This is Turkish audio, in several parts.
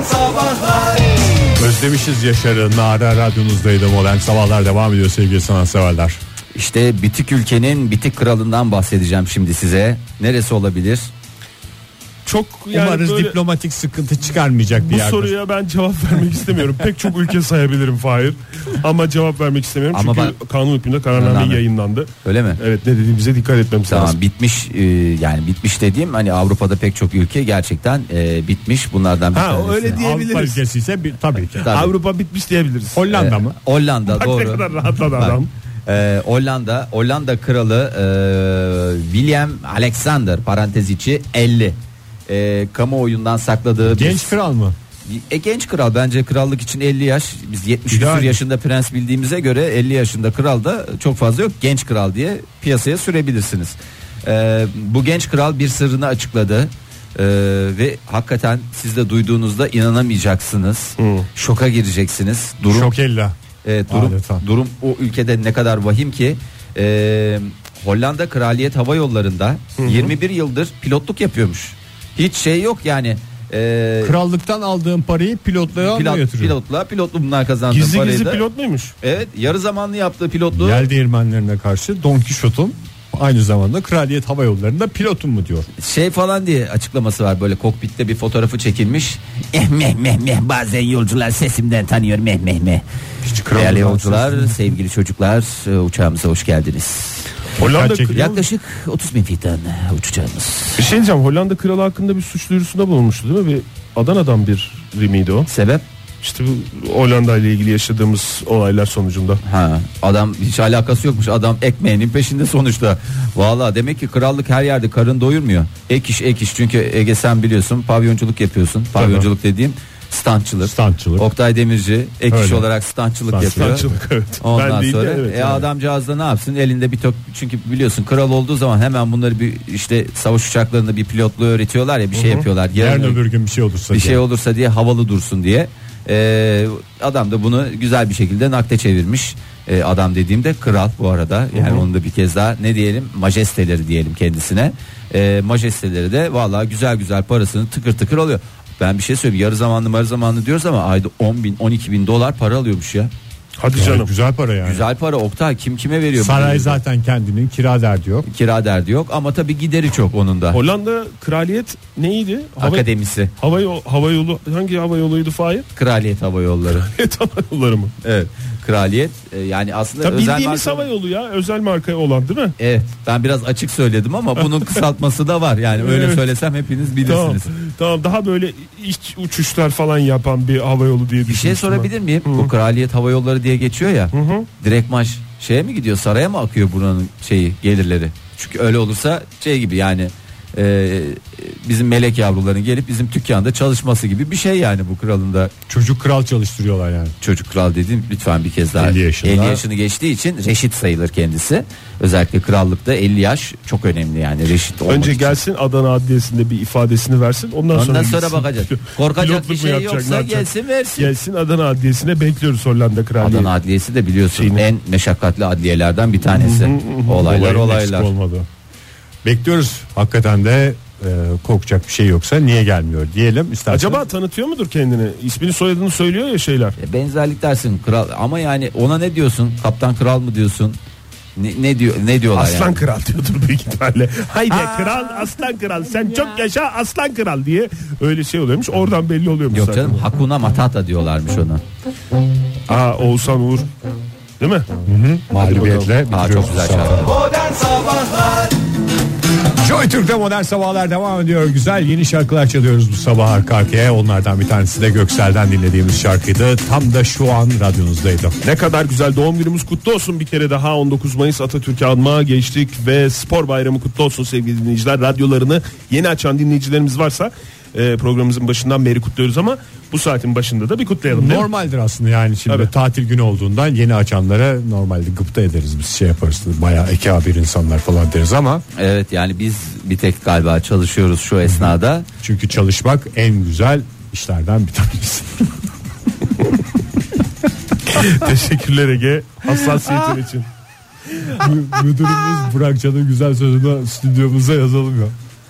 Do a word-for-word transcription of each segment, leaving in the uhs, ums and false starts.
Sabahlar. Özlemişiz Yaşar'ı. Nara radyonuzdaydı. Modern Sabahlar devam ediyor sevgili sanatseverler. İşte bitik ülkenin bitik kralından bahsedeceğim şimdi size. Neresi olabilir? Çok yani umarız böyle, diplomatik sıkıntı çıkarmayacak bir bu yerde. soruya ben cevap vermek istemiyorum. Pek çok ülke sayabilirim Fahir. Ama cevap vermek istemiyorum. Ama çünkü ben, kanun hükmünde kararname yayınlandı. Öyle mi? Evet, ne dediğimize dikkat etmemiz tamam, lazım. Bitmiş e, yani bitmiş dediğim hani Avrupa'da pek çok ülke gerçekten e, bitmiş. Bunlardan bir ha, tanesi. öyle diyebiliriz. Avrupa ülkesi ise bir, tabii ki. Tabii. Avrupa bitmiş diyebiliriz. Hollanda E, mı? Hollanda. Bak doğru. ne kadar rahatladı adam. Ee, Hollanda Hollanda kralı e, William Alexander parantez içi elli e, kamuoyundan sakladığı Genç bir, kral mı? e, genç kral bence krallık için elli yaş, biz yetmiş küsur Yani. yaşında prens bildiğimize göre elli yaşında kral da çok fazla yok, genç kral diye piyasaya sürebilirsiniz. E, bu genç kral bir sırrını açıkladı. Ee, ve hakikaten siz de duyduğunuzda inanamayacaksınız. Hmm. Şoka gireceksiniz. Durum, Şokella. e, durum, Adeta. durum o ülkede ne kadar vahim ki e, Hollanda Kraliyet Hava Yolları'nda hı hı. yirmi bir yıldır pilotluk yapıyormuş. Hiç şey yok yani. E, Krallıktan aldığım parayı pilotluğa pilot, mı yatırıyor? Pilotluğa pilotluktan kazandığı Gizli parayı gizli da, pilot muymuş? Evet, yarı zamanlı yaptığı pilotluğu. Yel değirmenlerine karşı Don Quixote'un aynı zamanda Kraliyet Hava Yolları'nda pilotum mu diyor. Şey falan diye açıklaması var, böyle kokpitte bir fotoğrafı çekilmiş. Eh meh meh meh, bazen yolcular sesimden tanıyor meh meh meh. Değerli yolcular, sesini. Sevgili çocuklar, uçağımıza hoş geldiniz. Hollanda kralı... Yaklaşık otuz bin fitten uçacağımız. Bir şey diyeceğim, Hollanda kralı hakkında bir suç duyurusunda bulunmuştu değil mi? Bir Adana'dan bir miydi o? Sebep? İşte bu Hollanda ile ilgili yaşadığımız olaylar sonucunda. Ha, adam hiç alakası yokmuş, adam ekmeğinin peşinde sonuçta. Vallahi demek ki krallık her yerde karın doyurmuyor. Ek iş ek iş, çünkü Ege sen biliyorsun pavyonculuk yapıyorsun. Pavyonculuk Tabii. dediğim standçılık. Standçılık. Oktay Demirci ek Öyle. iş olarak standçılık Stand. yapıyor. Standçılık, evet. Ondan ben sonra de, evet, e, yani. adamcağız da ne yapsın, elinde bir tok, çünkü biliyorsun kral olduğu zaman hemen bunları bir işte savaş uçaklarında bir pilotluğu öğretiyorlar ya, bir Hı-hı. şey yapıyorlar. Yarın öbür gün bir şey olursa bir diye. şey olursa diye havalı dursun diye. Ee, adam da bunu güzel bir şekilde nakde çevirmiş. Ee, adam dediğimde kral bu arada, yani Hı-hı. onu da bir kez daha ne diyelim, majesteleri diyelim kendisine. Ee, majesteleri de vallahi güzel güzel parasını tıkır tıkır alıyor. Ben bir şey söyleyeyim, yarı zamanlı yarı zamanlı diyoruz ama ayda on bin on iki bin dolar para alıyormuş ya. Hadi yani canım. Güzel para yani. Güzel para Oktay, kim kime veriyor? Saray zaten kendinin, kira derdi yok. Kira derdi yok ama tabii gideri çok onun da. Hollanda kraliyet neydi? Hava, Akademisi. Hava, hava yolu, hangi hava yoluydu Fahir? Kraliyet Hava Yolları. Kraliyet Hava Yolları mı? Evet. Kraliyet e, yani aslında Tabii özel bildiğimiz marka... hava yolu ya, özel marka olan değil mi? Evet, ben biraz açık söyledim ama bunun kısaltması da var yani, öyle evet. söylesem hepiniz bilirsiniz. Tamam, tamam, daha böyle iç uçuşlar falan yapan bir hava yolu diye bir şey sorabilir miyim? Hı-hı. Bu Kraliyet Hava Yolları diye geçiyor ya. Hı-hı. Direkt maç şeye mi gidiyor, saraya mı akıyor buranın şeyi, gelirleri? Çünkü öyle olursa şey gibi yani e, bizim melek yavruların gelip bizim dükkanda çalışması gibi bir şey yani, bu kralın da. Çocuk kral çalıştırıyorlar yani. Çocuk kral dediğim lütfen bir kez daha, elli yaşında. elli yaşını geçtiği için reşit sayılır kendisi. Özellikle krallıkta elli yaş çok önemli yani, reşit olmak Önce için. gelsin Adana Adliyesi'nde bir ifadesini versin, ondan, ondan sonra sonra gitsin. bakacağız. Korkacak bir Pilotluk şey yapacak, yoksa gelsin versin. Gelsin Adana Adliyesi'ne bekliyoruz Hollanda kraliyeti. Adana Adliyesi de biliyorsun Şeyini. en meşakkatli adliyelerden bir tanesi. Hı hı hı. Olaylar Olayın olaylar. eksik olmadı. Bekliyoruz hakikaten de, e, korkacak bir şey yoksa niye gelmiyor diyelim isterseniz. Acaba tanıtıyor mudur kendini? İsmini soyadını söylüyor ya şeyler. E, benzerlik dersin kral ama yani ona ne diyorsun? Kaptan kral mı diyorsun? Ne, ne diyor ne diyorlar Aslan yani? kral diyordur büyük ihtimalle. Haydi kral, aslan kral, sen çok yaşa aslan kral diye öyle şey oluyormuş. Oradan belli oluyormuş. Yok zaten. canım, Hakuna Matata diyorlarmış ona. Aa, Oğuzhan Uğur. Değil mi? Hı hı. Mağlubiyetle Aa, çok güzel şarkı. Modern Sabahlar. Joy Türk'te Modern Sabahlar devam ediyor. Güzel yeni şarkılar çalıyoruz bu sabah arka arkaya. Onlardan bir tanesi de Göksel'den dinlediğimiz şarkıydı. Tam da şu an radyonuzdaydı. Ne kadar güzel, doğum günümüz kutlu olsun bir kere daha. On dokuz Mayıs Atatürk'e anma geçtik ve spor bayramı kutlu olsun sevgili dinleyiciler. Radyolarını yeni açan dinleyicilerimiz varsa e, programımızın başından beri kutluyoruz ama bu saatin başında da bir kutlayalım. Normaldir aslında yani, şimdi Tabii. tatil günü olduğundan yeni açanlara normalde gıpta ederiz, biz şey yaparız, bayağı ekabir insanlar falan deriz ama Evet yani biz bir tek galiba çalışıyoruz şu esnada. çünkü çalışmak en güzel işlerden bir tanesi. Teşekkürler Ege, hassasiyetin için. Müdürümüz Burak Can'ın güzel sözünü stüdyomuza yazalım ya.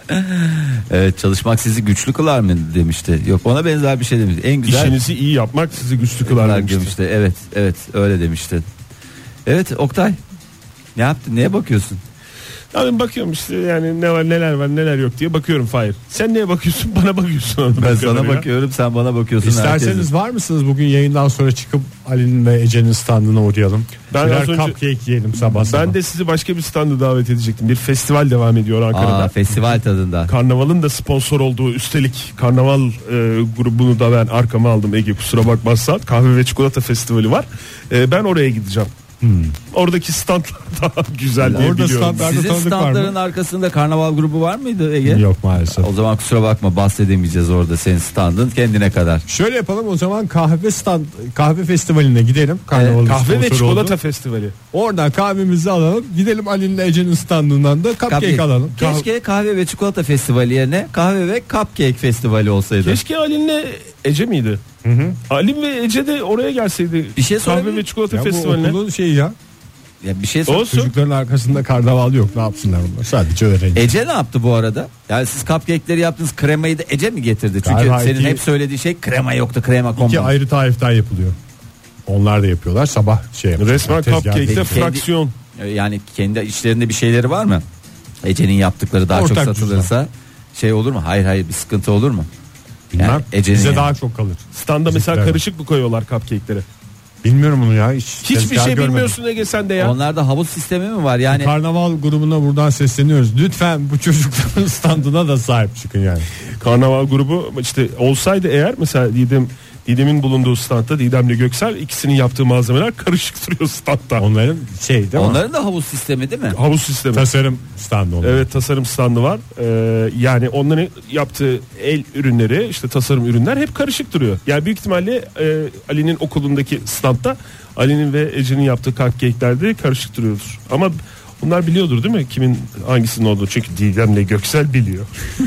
Evet, çalışmak sizi güçlü kılar mı demişti. Yok, ona benzer bir şey demişti. En güzel İşinizi iyi yapmak sizi güçlü kılar demişti. demişti. Evet, evet öyle demişti. Evet Oktay. Ne yaptın? Neye bakıyorsun? Abi bakıyorum işte, yani ne var neler var neler yok diye bakıyorum Fahir. Sen neye bakıyorsun? Bana bakıyorsun. Ben sana bakıyorum, sen bana bakıyorsun. İsterseniz herkesin. var mısınız bugün yayından sonra çıkıp Ali'nin ve Ece'nin standına uğrayalım. Ben Birer az önce- cupcake yiyelim sabah sabah. Ben de sizi başka bir standa davet edecektim. Bir festival devam ediyor Ankara'da. Aa, festival tadında. Karnaval'ın da sponsor olduğu, üstelik Karnaval e, grubunu da ben arkama aldım Ege, kusura bakmazsan. Kahve ve çikolata festivali var. E, ben oraya gideceğim. Hmm. Oradaki standlar daha güzel diye Orada biliyorum. standlar- Sizin tanıdık var standların mı? arkasında karnaval grubu var mıydı Ege? Yok maalesef. O zaman kusura bakma, bahsedemeyeceğiz orada senin standın kendine kadar. Şöyle yapalım o zaman, kahve stand kahve festivaline gidelim. Karnavalın Kahve ve sponsoru çikolata oldu. festivali. Oradan kahvemizi alalım. Gidelim Ali'nin Ece'nin standından da cupcake Cupcake. alalım. Keşke kahve ve çikolata festivali yerine kahve ve cupcake festivali olsaydı. Keşke Ali'nle Ece miydi? Hı hı. Ali ve Ece de oraya gelseydi. Bir şey Kahve sorabilir- ve çikolata Ya bu festivaline. okulun şeyi ya. Ya bir şey sor. Olsun. Çocukların arkasında karnaval yok. Ne yapsınlar onlar? Sadece öğrenci. Ece ne yaptı bu arada? Yani siz cupcake'leri yaptınız, kremayı da Ece mi getirdi? Çünkü Galiba senin iki- hep söylediği şey krema yoktu, krema İki kombo. ayrı tariften yapılıyor. Onlar da yapıyorlar. Sabah şey yapıyorlar. Resmen Tezgah- cupcake'te Kendi- fraksiyon. Yani kendi içlerinde bir şeyleri var mı? Ece'nin yaptıkları daha Ortak çok satılırsa şey olur mu? Hayır hayır, bir sıkıntı olur mu? Bilmem. Yani Ece'nin Bize yani. daha çok kalır. Standa mesela Bizimkiler. karışık mı koyuyorlar cupcake'leri? Bilmiyorum onu ya. Hiç Hiçbir tezgah şey görmedim. bilmiyorsun Ege sen de ya. Onlarda havuz sistemi mi var? Yani Karnaval grubuna buradan sesleniyoruz. Lütfen bu çocukların standına da sahip çıkın yani. Karnaval grubu işte olsaydı eğer, mesela Didem Didem'in bulunduğu standta Didem'le Göksel, ikisinin yaptığı malzemeler karışık duruyor standta. Onların şey değil mi? onların da havuz sistemi değil mi? Havuz sistemi. Tasarım standı onlar. Evet, tasarım standı var. Ee, yani onların yaptığı el ürünleri, işte tasarım ürünler hep karışık duruyor. Yani büyük ihtimalle e, Ali'nin okulundaki standta Ali'nin ve Ece'nin yaptığı cupcake'ler de karışık duruyordur. Ama bunlar biliyordur değil mi kimin hangisinin olduğunu? Çünkü Didem'le Göksel biliyor.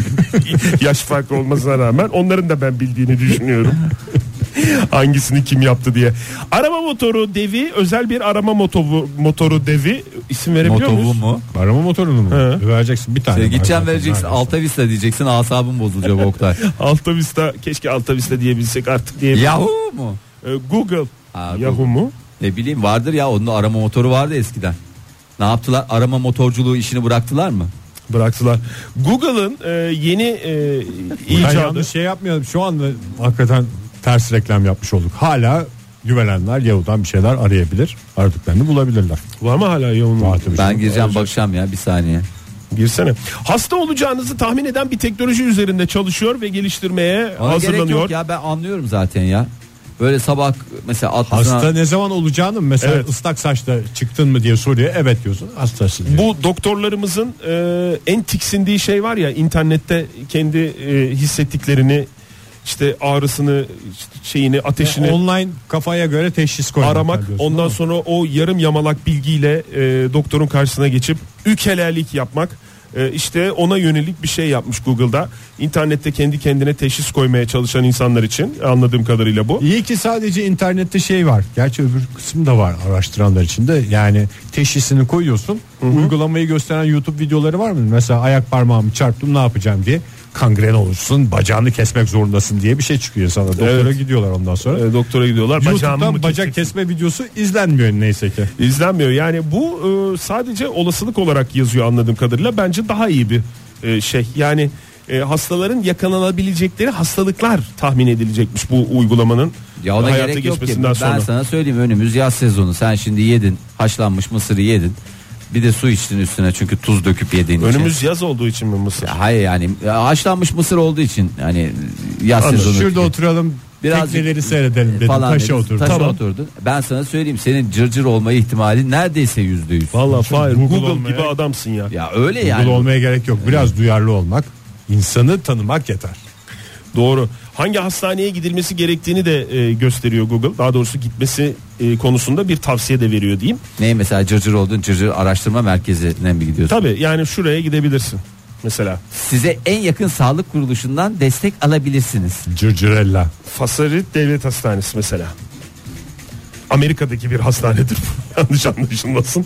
Yaş farkı olmasına rağmen onların da ben bildiğini düşünüyorum. Hangisini kim yaptı diye. Arama motoru devi, özel bir arama motoru, motoru devi, isim verebiliyor Motovu muyuz? mu? Arama motorunu mu? He. Vereceksin bir tane. Sen var gideceksin zaten, vereceksin neredeyse. Alta Vista diyeceksin, asabın bozulacak Oktay. Alta Vista, keşke Alta Vista diyebilsek artık diye. Yahoo mu? Ee, Google. Ha, Yahoo Google. mu? Ne bileyim, vardır ya, onun arama motoru vardı eskiden. Ne yaptılar? Arama motorculuğu işini bıraktılar mı? Bıraktılar. Google'ın e, yeni e, Ben icadı. yanlış şey yapmayalım. Şu anda hakikaten ters reklam yapmış olduk. Hala güvenenler Yahoo'dan bir şeyler arayabilir. Aradıklarını bulabilirler. Var mı hala yoğun? Var tabii. Ben gireceğim, bakacağım ya, bir saniye. Girsene. Hasta olacağınızı tahmin eden bir teknoloji üzerinde çalışıyor ve geliştirmeye Ona gerek hazırlanıyor. yok ya, ben anlıyorum zaten ya. Böyle sabah mesela atlasına... Hasta ne zaman olacağını mesela Evet. ıslak saçla çıktın mı diye soruyor. Evet diyorsun, hastasın diyor. Bu doktorlarımızın e, en tiksindiği şey var ya, internette kendi e, hissettiklerini, işte ağrısını, işte şeyini, ateşini E, online kafaya göre teşhis koymak. aramak, diyorsun, ondan değil mi? sonra o yarım yamalak bilgiyle e, doktorun karşısına geçip ükelelik yapmak. E, işte ona yönelik bir şey yapmış Google'da. İnternette kendi kendine teşhis koymaya çalışan insanlar için, anladığım kadarıyla bu. İyi ki sadece internette şey var. Gerçi öbür kısım da var araştıranlar için de. Yani teşhisini koyuyorsun. Uygulamayı gösteren YouTube videoları var mı? Mesela ayak parmağımı çarptım, ne yapacağım diye. Kangren olursun, bacağını kesmek zorundasın diye bir şey çıkıyor sana. Doktora Evet. gidiyorlar ondan sonra. E, doktora gidiyorlar. Bacağımı YouTube'dan mı bacak keseceksin? kesme videosu izlenmiyor neyse ki. İzlenmiyor. Yani bu e, sadece olasılık olarak yazıyor anladığım kadarıyla. Bence daha iyi bir e, şey. Yani e, hastaların yakalanabilecekleri hastalıklar tahmin edilecekmiş bu uygulamanın Ya ona hayata gerek yok ki. geçmesinden Ben sonra. sana söyleyeyim, önümüz yaz sezonu. Sen şimdi yedin, haşlanmış mısırı yedin. Bir de su içtin üstüne, çünkü tuz döküp yediğin için. Önümüz yaz olduğu için mi Mısır? Ya hayır yani ya haşlanmış mısır olduğu için, hani yaz Anladım. sezonu. Şurada oturalım, Birazcık tekneleri seyredelim dedim. falan Taşa dedin, oturdum. taşa Tamam. oturdun. Ben sana söyleyeyim, senin cırcır olma ihtimali neredeyse yüzde yüz. Vallahi Fahir, Google Google, olmaya- gibi adamsın ya. Ya öyle Google yani. olmaya gerek yok. Biraz duyarlı olmak, insanı tanımak yeter. Doğru. Hangi hastaneye gidilmesi gerektiğini de e, gösteriyor Google. Daha doğrusu gitmesi e, konusunda bir tavsiye de veriyor diyeyim. Ne mesela, cırcır oldun, cırcır araştırma merkezine mi gidiyorsun? Tabii yani şuraya gidebilirsin. Mesela Size en yakın sağlık kuruluşundan destek alabilirsiniz. Cırcırella. Fasarit Devlet Hastanesi mesela. Amerika'daki bir hastanedir. Yanlış anlaşılmasın.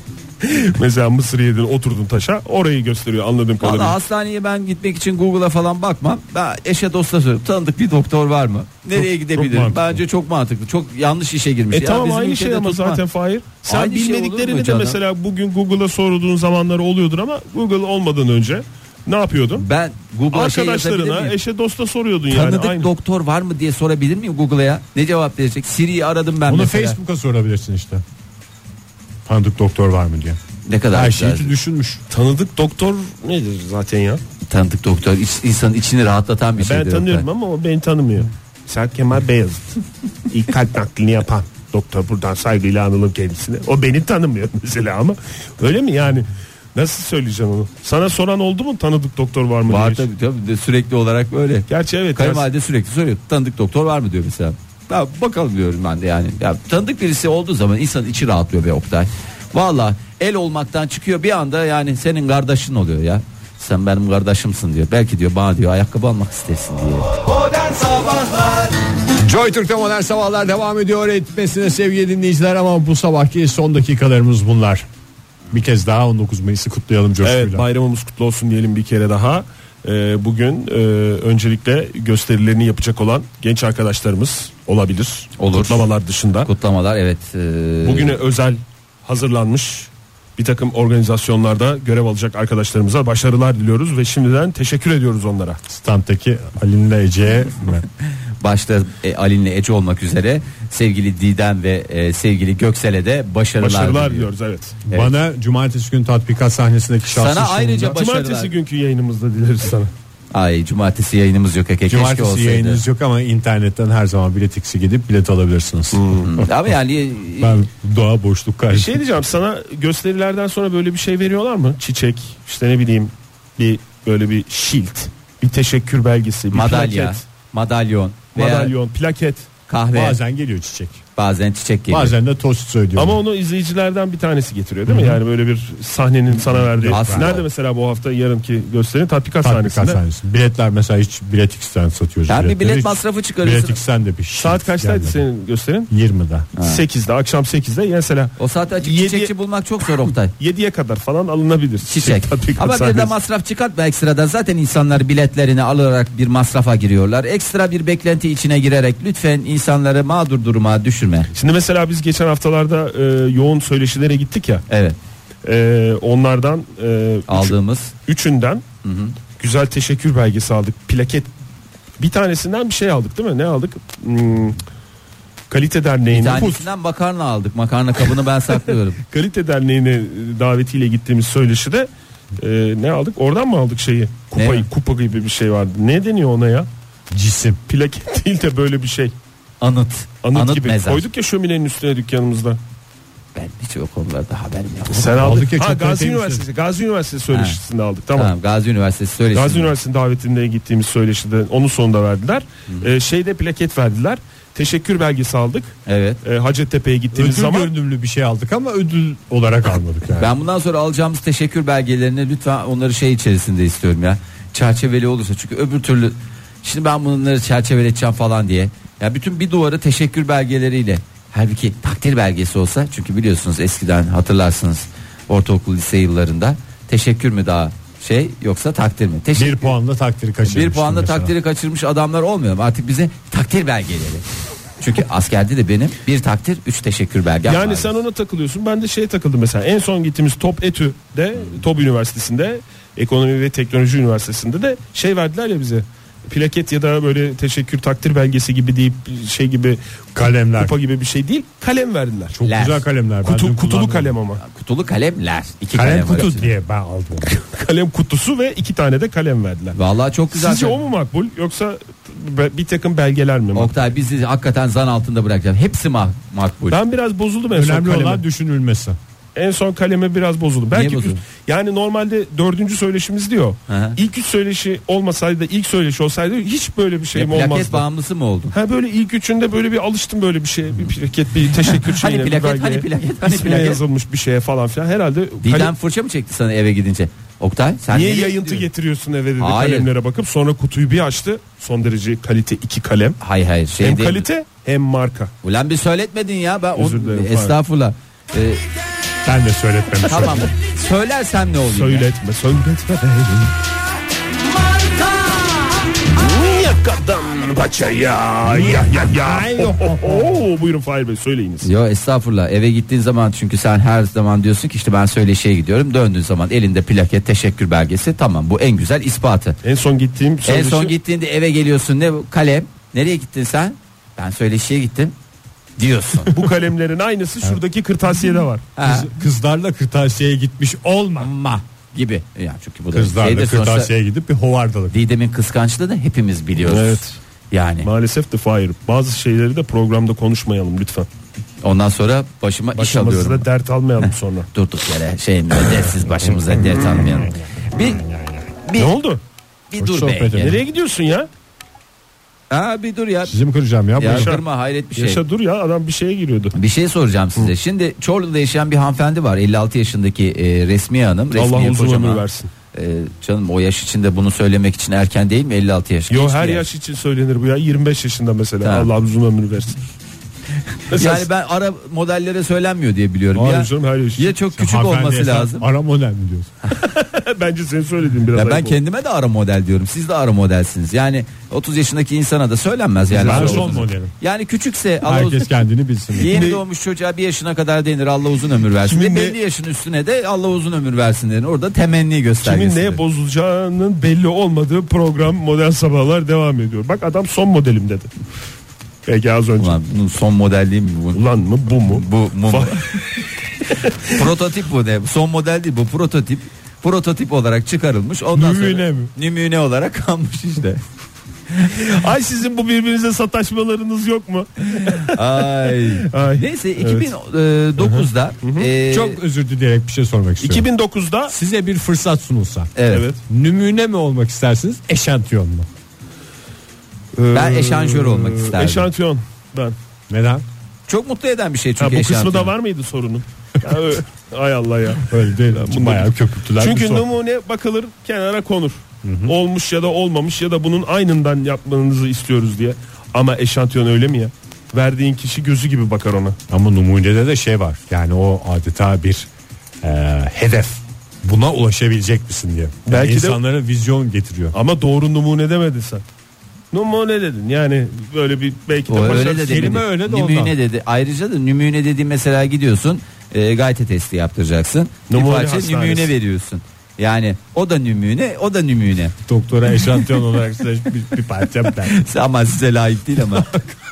Mesela mısır yedin, oturdun taşa, orayı gösteriyor anladığım kadarıyla. Valla hastaneye ben gitmek için Google'a falan bakmam. Ben eşe dosta soruyorum. Tanıdık bir doktor var mı? Nereye Çok- gidebilirim? çok Bence çok mantıklı. Çok yanlış işe girmiş. E Ya tamam bizim aynı ülkede şey ama tutma. zaten Fahir. Sen Aynı şey olur mu bilmediklerini de canım? mesela bugün Google'a sorduğun zamanlar oluyordur ama Google olmadan önce ne yapıyordun? Ben Google'a şey yazabilir Arkadaşlarına, miyim? eşe dosta soruyordun yani. Tanıdık Aynı. doktor var mı diye sorabilir miyim Google'a ya? Ne cevap verecek? Siri'yi aradım ben Onu mesela. Facebook'a sorabilirsin işte. Tanıdık doktor var mı diye. Ne kadar Her güzel. şeyi düşünmüş. Tanıdık doktor nedir zaten ya? Tanıdık doktor iç, insanın içini rahatlatan bir şey. Ben tanıyorum ama o beni tanımıyor. Serhat Kemal Beyazıt. İlk kalp naklini yapan doktor, buradan saygıyla analım kendisine. O beni tanımıyor mesela ama öyle mi yani? Nasıl söyleyeceğim onu? Sana soran oldu mu tanıdık doktor var mı Var diye? tabii, tabii de sürekli olarak böyle. Gerçi evet. Kayınvalide sürekli soruyor. Tanıdık doktor var mı diyor mesela. Ya bakalım diyorum ben de yani. Ya tanıdık birisi olduğu zaman insanın içi rahatlıyor be Oktay. Valla el olmaktan çıkıyor bir anda, yani senin kardeşin oluyor ya. Sen benim kardeşimsin diyor. Belki diyor bana diyor ayakkabı almak istersin diye. Modern Sabahlar Joy Türk'te modern sabahlar devam ediyor etmesine sevgili dinleyiciler, ama bu sabahki son dakikalarımız bunlar. Bir kez daha on dokuz Mayıs'ı kutlayalım coşkuyla. Evet, bayramımız kutlu olsun diyelim bir kere daha. Ee, bugün e, öncelikle gösterilerini yapacak olan genç arkadaşlarımız olabilir. Olur. Kutlamalar dışında. Kutlamalar evet. E... Bugüne özel hazırlanmış bir takım organizasyonlarda görev alacak arkadaşlarımıza başarılar diliyoruz ve şimdiden teşekkür ediyoruz onlara. Stand'daki Ali'nin Ece'ye mi? Başta e, Alin'le Ece olmak üzere sevgili Didem ve e, sevgili Göksel'e de başarılar, Başarılar diliyoruz. diliyoruz evet. Evet. Bana cumartesi günü tatbikat sahnesindeki şahsı Sana ayrıca sunumda- başarılar. Cumartesi günkü yayınımızda dileriz sana. Ay cumartesi yayınımız yok. Keşke Cumartesi olsaydı. yayınınız yok ama internetten her zaman biletix'i gidip bilet alabilirsiniz. Ama yani Ben doğa boşluk Bir karşı. şey diyeceğim sana, gösterilerden sonra böyle bir şey veriyorlar mı? Çiçek, işte ne bileyim, bir böyle bir shield, bir teşekkür belgesi, bir madalya, plaket, madalyon, veya madalyon, plaket. kahve, bazen, Bazen geliyor çiçek. çiçek geliyor. Bazen de tost söylüyor. Ama onu izleyicilerden bir tanesi getiriyor değil mi? Yani böyle bir sahnenin sana verdiği. Aslında. Nerede mesela bu hafta yarınki gösterinin tatbikat, tatbikat sahnesinde? sahnesi. Biletler mesela hiç biletix'ten satıyoruz. Yani bir biletleri. bilet Hiç masrafı çıkarıyorsun. biletix'ten de bir şey. Saat kaçtaydı gelmedi. senin gösterin? yirmide. sekizde, akşam sekizde mesela O saatte açık Yedi- çiçekçi bulmak çok zor Oktay. yediye kadar falan alınabilir. Çiçek. Tatbikat Ama bir de sahnesi. masraf çıkartma ekstradan. Zaten insanlar biletlerini alarak bir masrafa giriyorlar. Ekstra bir beklenti içine girerek lütfen insanları mağdur duruma düşürme. Şimdi mesela biz geçen haftalarda e, yoğun söyleşilere gittik ya. Evet. E, onlardan e, üç- Aldığımız üçünden güzel teşekkür belgesi aldık. Plaket. Bir tanesinden bir şey aldık değil mi? Ne aldık? Hmm, Kalite bir Derneği'nin tanesinden makarna aldık. Makarna kabını ben saklıyorum. Kalite Derneği'ne davetiyle gittiğimiz söyleşide e, ne aldık? Oradan mı aldık şeyi? Kupayı, Ne? kupa gibi bir şey vardı. Ne deniyor ona ya? Cisim. Plaket değil de böyle bir şey. Anıt. Anıt, Anıt gibi. mezar. Koyduk ya şöminenin üstüne dükkanımızda. Ben hiç o konularda haberim yok. Sen Aldık aldık. ya, Ha, çok Gazi kaliteli Üniversitesi. Gazi Üniversitesi söyleşisinde aldık. Tamam. Tamam, Gazi Üniversitesi söylesin. Gazi Üniversitesi davetinde gittiğimiz söyleşide onun sonunda verdiler. Ee, şeyde plaket verdiler. Teşekkür belgesi aldık. Evet. Ee, Hacettepe'ye gittiğimiz Ödül zaman görünümlü bir şey aldık ama ödül olarak almadık yani. Ben bundan sonra alacağımız teşekkür belgelerini lütfen onları şey içerisinde istiyorum ya. Çerçeveli olursa, çünkü öbür türlü şimdi ben bunları çerçeveleteceğim falan diye. Ya bütün bir duvarı teşekkür belgeleriyle. Halbuki takdir belgesi olsa, çünkü biliyorsunuz eskiden hatırlarsınız ortaokul lise yıllarında teşekkür mü daha şey yoksa takdir mi? Teşekkür. Bir puanla takdiri kaçırmıştım. Bir puanla mesela. takdiri kaçırmış adamlar olmuyor mu? Artık bize takdir belgeleri. Çünkü askerde de benim bir takdir üç teşekkür belgem yani vardı. sen ona takılıyorsun. Ben de şeye takıldım mesela. En son gittiğimiz Top Etü'de, Top Üniversitesi'nde, Ekonomi ve Teknoloji Üniversitesi'nde de şey verdiler ya bize. Plaket ya da böyle teşekkür takdir belgesi gibi deyip şey gibi, Kalemler. kupa gibi bir şey değil. Kalem verdiler. Çok Ler. güzel kalemler. Ben Kutu, dün kutulu kullandım. kalem ama. Kutulu kalemler. İki kalem, Kalem var kutu içinde. diye ben aldım. Kalem kutusu ve iki tane de kalem verdiler. Vallahi çok güzel. Sizce o mu makbul yoksa be- bir takım belgeler mi makbul? Oktay bizi hakikaten zan altında bırakacağım. Hepsi ma- makbul. Ben biraz bozuldum en son Önemli kaleme. olan düşünülmesi. En son kaleme biraz bozuldum. Belki bozuldun? üst- yani normalde dördüncü söyleşimiz diyor. Hı hı. İlk üç söyleşi olmasaydı da ilk söyleşi olsaydı hiç böyle bir şeyim Ya, plaket olmazdı. bağımlısı mı oldun? Ha böyle ilk üçünde böyle bir alıştım böyle bir şeye, bir plaket, bir teşekkür şeyine, Hani bir plaket, belgeye, hani plaket, hani ismine plaket. yazılmış bir şeye falan filan. Herhalde Didem kalem- fırça mı çekti sana eve gidince? Oktay sen niye nereye yayıntı gidiyorsun? getiriyorsun eve dedi Hayır. kalemlere bakıp, sonra kutuyu bir açtı. Son derece kalite iki kalem. Hayır hayır şey Hem değil. kalite hem marka. Ulan bir söyletmedin ya. Ben Özür o, dilerim, estağfurullah. Ee, Ben de söyletmemişim. Tamam. Söylersem ne oluyor? Söyletme, söyletme beni. Yakadan paçaya. Ya ya ya. Oo, buyurun Fahir Bey, söyleyiniz. Yo estağfurullah, eve gittiğin zaman çünkü sen her zaman diyorsun ki işte ben söyleşiye gidiyorum, döndüğün zaman elinde plaket, teşekkür belgesi, tamam, bu en güzel ispatı. En son gittiğim söyleşi... En son gittiğinde eve geliyorsun, ne bu? Kalem, nereye gittin sen? Ben söyleşiye gittim diyorsun. Bu kalemlerin aynısı şuradaki kırtasiyede var. Kız, kızlarla kırtasiyeye gitmiş olma. Ma gibi. Yani çünkü bu da Kızlarla şeydir, kırtasiyeye gidip bir hovardalık. Didem'in kıskançlığını hepimiz biliyoruz. Evet. Yani. Maalesef de Fahir, bazı şeyleri de programda konuşmayalım lütfen. Ondan sonra başıma iş alıyorum. Başımıza da dert almayalım sonra. Durduk yere şeyin dersiz başımıza dert almayalım. Bir, bir, Ne oldu? bir Hoş dur sohbet be. edelim. Nereye gidiyorsun ya? Ha bir dur ya. Sizi mi kıracağım ya? Ya Buyurun. kırma, hayret bir şey. Yaşa dur ya, adam bir şeye giriyordu. Bir şey soracağım size. Şimdi Çorlu'da yaşayan bir hanımefendi var. elli altı yaşındaki e, Resmiye Hanım. Resmiye Allah uzun kocaman. ömür versin. E, canım o yaş içinde bunu söylemek için erken değil mi? elli altı yaş. Yo, genç her bir yaş için söylenir bu ya. yirmi beş yaşında mesela. Tamam. Allah uzun ömür versin. Yani ben ara modellere söylenmiyor diye biliyorum. Hayır Ya, canım, her yaş için. ya çok küçük Hanımefendiye olması sen lazım. Ara model mi diyorsun? Bence senin söylediğin biraz Ya ben ayıp oldu. kendime de ara model diyorum. Siz de ara modelsiniz. Yani otuz yaşındaki insana da söylenmez yani. Ben ara son uzun- modelim. Yani küçükse Allah uzun, Herkes kendini bilsin. yeni Ne- doğmuş çocuğa bir yaşına kadar denir Allah uzun ömür versin. Kimin Ve ne- belli yaşın üstüne de Allah uzun ömür versin denir. Orada temenni Kimin göstergesidir. neye bozulacağının belli olmadığı program Modern Sabahlar devam ediyor. Bak adam son modelim dedi. Peki az önce. Ulan bunun son model değil mi bu? Ulan mı bu mu? Bu mu? Fa- Prototip bu ne? Son model değil bu, prototip. Prototip olarak çıkarılmış. Ondan Nümune sonra mi? nümune olarak kalmış işte. Ay sizin bu birbirinize sataşmalarınız yok mu? Ay. Ay. Neyse iki bin dokuzda e, Çok özür dileyerek bir şey sormak istiyorum. iki bin dokuzda Size bir fırsat sunulsa. evet. evet. Nümune mi olmak istersiniz? Eşantiyon mu? Ben eşanjör olmak isterdim. Eşantiyon ben. Neden? Çok mutlu eden bir şey Ha, çünkü bu kısmı eşantiyon. da var mıydı sorunun? Ya, ö- Ay Allah ya. Öyle değil. Bunu- Bayağı köpürtüler. Çünkü bir sor. numune bakılır, kenara konur. Olmuş ya da olmamış ya da bunun aynından yapmanızı istiyoruz diye. Ama eşantiyon öyle mi ya? Verdiğin kişi gözü gibi bakar ona. Ama numunede de şey var. Yani o adeta bir e, hedef. Buna ulaşabilecek misin diye. Yani Belki de- insanlara vizyon getiriyor. Ama doğru numune demedin sen. Numune dedin. Yani böyle bir belki de O öyle başarısız. de Kelime demedi. öyle de Nümune ondan. dedi. Ayrıca da nümune dediğin mesela gidiyorsun e, gayte testi yaptıracaksın. Numune bir parça hastanesi. nümune veriyorsun. Yani o da nümune, o da nümune. Doktora eşantiyon olarak size bir, bir parça ben. Ama size layık değil ama.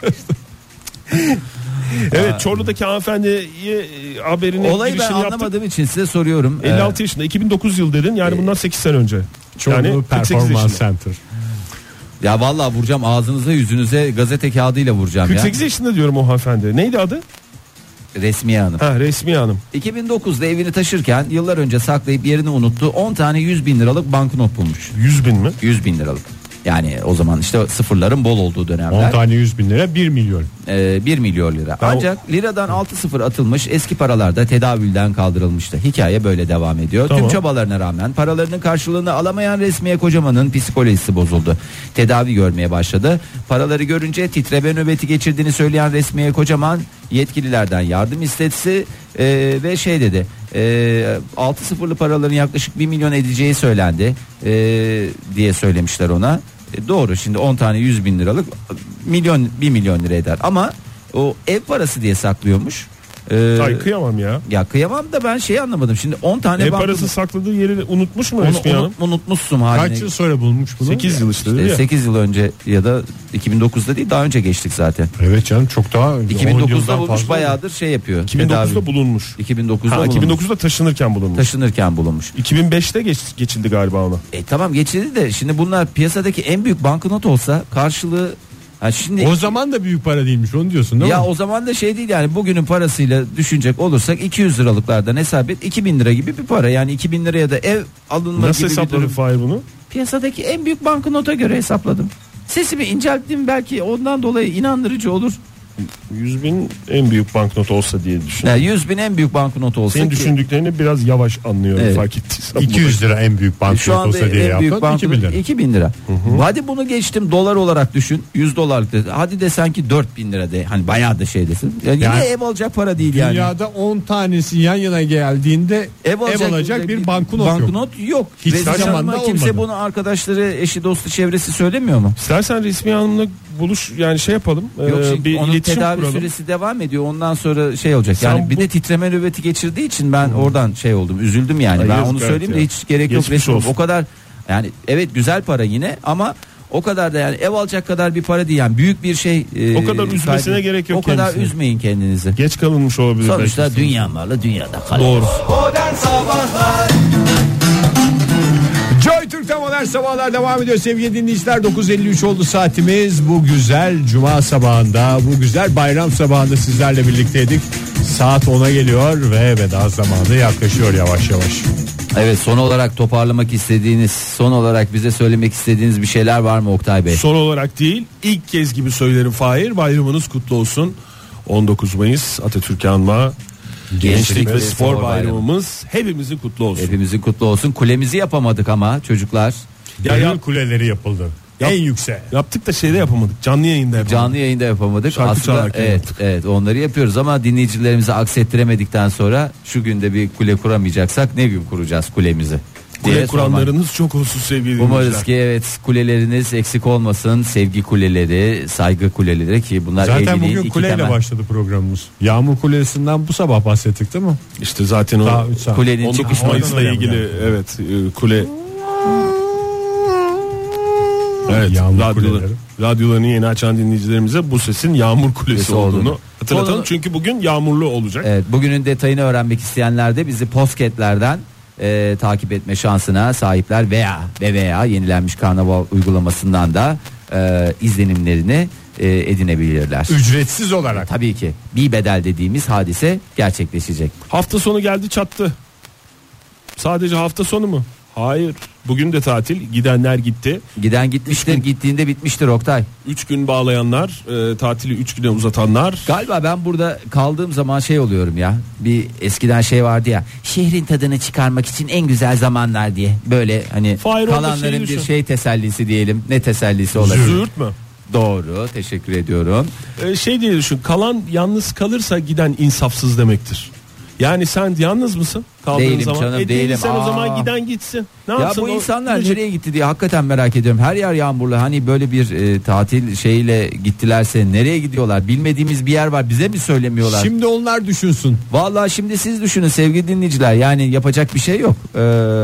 Evet, Çorlu'daki hanımefendiye e, haberini Olayı ben girişini yaptık. anlamadığım için size soruyorum. elli altı yaşında, iki bin dokuz yıl dedin. Yani bundan sekiz sene önce. Çorlu yani kırk sekiz Performans yaşında. Center. Ee, ya vallahi vuracağım ağzınıza yüzünüze gazete kağıdıyla vuracağım kırk ya. sekiz yaşında diyorum o hanımefendi. Neydi adı? Resmiye Hanım. Ha, Resmiye Hanım. iki bin dokuzda evini taşırken yıllar önce saklayıp yerini unuttuğu on tane yüz bin liralık banknot bulmuş. yüz bin mi? yüz bin liralık. Yani o zaman işte sıfırların bol olduğu on dönemler. tane yüz bin lira bir milyon. Ee, bir milyon lira. Ben o- Ancak liradan altı sıfır atılmış, eski paralarda tedavülden kaldırılmıştı. Hikaye böyle devam ediyor. Tamam. Tüm çabalarına rağmen paralarının karşılığını alamayan Resmiye Kocaman'ın psikolojisi bozuldu. Tedavi görmeye başladı. Paraları görünce titreme nöbeti geçirdiğini söyleyen Resmiye Kocaman yetkililerden yardım istetse e, ve şey dedi. E, altı sıfırlı paraların yaklaşık bir milyon edeceği söylendi e, diye söylemişler ona. E, doğru, şimdi on tane yüz bin liralık milyon bir milyon lira eder ama o ev parası diye saklıyormuş. E, Ay kıyamam ya. ya kıyamam da ben şeyi anlamadım. Şimdi on tane Ev banka- parası sakladığı yeri unutmuş mu onu, Resmiye onu, Hanım? unutmuşsun haline. Kaç yıl sonra bulmuş bunu? sekiz yıl işte, dedi İşte ya. sekiz yıl önce ya da iki bin dokuzda değil, daha önce geçtik zaten. Evet canım, çok daha on iki bin dokuzda yıldan bulmuş, fazla bayağıdır şey yapıyor. iki bin dokuzda tedavi. bulunmuş. iki bin dokuzda Ha, bulunmuş. iki bin dokuzda taşınırken bulunmuş. Taşınırken bulunmuş. iki bin beşte geç, geçildi galiba ona. E tamam geçildi de şimdi bunlar piyasadaki en büyük banknot olsa karşılığı ha şimdi O zaman da büyük para değilmiş, onu diyorsun değil ya mi? o zaman da şey değil yani, bugünün parasıyla düşünecek olursak iki yüz liralıklardan hesap et, iki bin lira gibi bir para. Yani iki bin liraya da ev alınma Nasıl gibi bir hesapladın durum. Fahir bunu? Piyasadaki en büyük banknota göre hesapladım. Sesimi incelttim, belki ondan dolayı inandırıcı olur. yüz bin en büyük banknot olsa diye düşünüyorum. Yani yüz bin en büyük banknot olsa Senin ki, düşündüklerini biraz yavaş anlıyorum, Evet. fark ettiysen. iki yüz lira en büyük banknot şu anda olsa diye en büyük yaptın iki bin lira. banknot iki bin lira. Hadi bunu geçtim, dolar olarak düşün. yüz dolarlık de. Hadi desen ki dört bin lira de. Hani bayağı da şey desin. Yani Yani yine ev alacak para değil yani. Dünyada on tanesi yan yana geldiğinde Ev ev alacak, alacak, bir banknot, yok. banknot yok. Hiç Resmi zamanda anlamda kimse olmadı. bunu arkadaşları, eşi, dostu, çevresi söylemiyor mu? İstersen resmi hanımla buluş, yani şey yapalım. Yok, e, çünkü bir onun iletişim tedavi kuralım. süresi devam ediyor. Ondan sonra şey olacak. Sen Yani bir bu- de titreme nöbeti geçirdiği için ben oradan şey oldum. Üzüldüm yani. Ay, ben yazık, onu söyleyeyim evet de ya. hiç gerek yok. Geçmiş Resmi olsun. o kadar yani, evet güzel para yine ama o kadar da yani ev alacak kadar bir para değil yani, büyük bir şey. e, O kadar üzmesine kaybı- gerek yok O kadar kendisini. üzmeyin kendinizi. Geç kalınmış olabilir. Sonuçta belki. dünya malı dünyada kalır. Doğru. Modern Sabahlar Joy Türk'te modern sabahlar devam ediyor sevgili dinleyiciler. dokuz elli üç oldu saatimiz. Bu güzel cuma sabahında, bu güzel bayram sabahında sizlerle birlikteydik. Saat ona geliyor ve veda zamanı yaklaşıyor yavaş yavaş. Evet, son olarak toparlamak istediğiniz, son olarak bize söylemek istediğiniz bir şeyler var mı Oktay Bey? Son olarak değil, ilk kez gibi söylerim Fahir, bayramınız kutlu olsun. on dokuz Mayıs Atatürk'ü anma Gençlik ve Spor Bayramımız hepimizin kutlu olsun. Hepimizin kutlu olsun. Kulemizi yapamadık ama çocuklar. Ya, Ya- ya kuleleri yapıldı. Yap- En yüksek. Yaptık da şeyde yapamadık, canlı yayında yapamadık. Canlı yayında yapamadık. Şarkı Aslında çalarken evet, yaptık. evet onları yapıyoruz ama dinleyicilerimizi aksettiremedikten sonra şu günde bir kule kuramayacaksak ne gün kuracağız kulemizi? Kule diye kuranlarınız çok olsun sevgili Umarız dinleyiciler. ki evet, kuleleriniz eksik olmasın. Sevgi kuleleri, saygı kuleleri ki bunlar Zaten evliliğin bugün iki kuleyle temel. başladı programımız. Yağmur kulesinden bu sabah bahsettik değil mi? İşte zaten o Daha üç saat. Kulenin on dokuz çıkış Mayıs'la oradan ilgili önemli. evet e, kule. Evet, Yağmur radyolar, kuleleri. radyolarını yeni açan dinleyicilerimize bu sesin yağmur kulesi Kulesi olduğunu olduğunu. hatırlatalım. Onu- Çünkü bugün yağmurlu olacak. Evet, bugünün detayını öğrenmek isteyenler de bizi Posketler'den e, takip etme şansına sahipler veya ve veya yenilenmiş karnaval uygulamasından da e, izlenimlerini e, edinebilirler. Ücretsiz olarak. Tabii ki bir bedel dediğimiz hadise gerçekleşecek. Hafta sonu geldi çattı. Sadece hafta sonu mu? Hayır. Bugün de tatil. Gidenler gitti. Giden gitmiştir, gittiğinde bitmiştir Oktay. üç gün bağlayanlar, e, tatili üç güne uzatanlar. Galiba ben burada kaldığım zaman şey oluyorum ya. Bir eskiden şey vardı ya. Şehrin tadını çıkarmak için en güzel zamanlar diye. Böyle hani Fahir, orada kalanların şeyi bir düşün. şey tesellisi diyelim. Ne tesellisi olabilir? Züğürt mü? Doğru, teşekkür ediyorum. E, şey diye düşün. Kalan yalnız kalırsa giden insafsız demektir. Yani sen yalnız mısın? Kaldığın Değilim zaman. canım, e, değilim. değilsen o zaman Aa. giden gitsin. Ne Ya yapsın bu o? insanlar Gidecek. nereye gitti diye hakikaten merak ediyorum. Her yer yağmurlu. Hani böyle bir e, tatil şeyiyle gittilerse nereye gidiyorlar? Bilmediğimiz bir yer var. Bize mi söylemiyorlar? Şimdi onlar düşünsün. Vallahi şimdi siz düşünün sevgili dinleyiciler. Yani yapacak bir şey yok. Ee,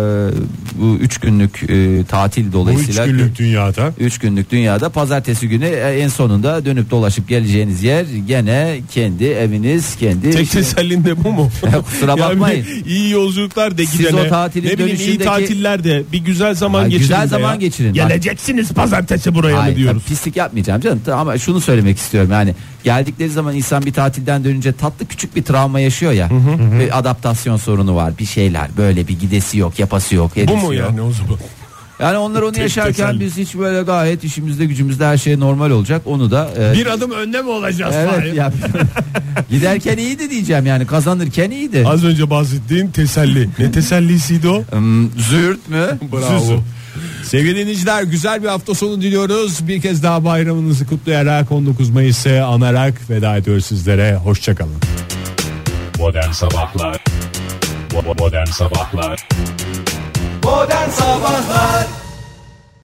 bu üç günlük e, tatil Bu üç dolayısıyla. günlük dünyada. Üç günlük dünyada pazartesi günü e, en sonunda dönüp dolaşıp geleceğiniz yer gene kendi eviniz, kendi Tek şey- tesellin de bu mu? Kusura bakmayın. Yani iyi yolculuklar de Siz gidene. o tatilin ne bileyim iyi dönüşündeki- tatiller de bir güzel zaman Ha, geçirin. güzel de zaman ya. geçirin. Geleceksiniz pazartesi buraya Hayır, mı diyoruz. tabii pislik yapmayacağım canım ama şunu söylemek istiyorum, yani geldikleri zaman insan bir tatilden dönünce tatlı küçük bir travma yaşıyor ya, bir adaptasyon sorunu var, bir şeyler böyle bir gidesi yok, yapası yok, Bu edesi mu yok. yani o zaman? Yani onlar onu Tek yaşarken teselli. biz hiç böyle gayet işimizde gücümüzde her şey normal olacak, onu da e, Bir adım önde mi olacağız? evet Fahir? ya, giderken iyiydi diyeceğim, yani kazanırken iyiydi. Az önce bahsettiğin teselli. Ne tesellisiydi o? Hmm, züğürt mü? Bravo. Sevgili dinleyiciler, güzel bir hafta sonu diliyoruz. Bir kez daha bayramınızı kutlayarak on dokuz Mayıs'ı anarak veda ediyoruz sizlere. Hoşçakalın. Modern Sabahlar Bo- Modern Sabahlar Modern Sabahlar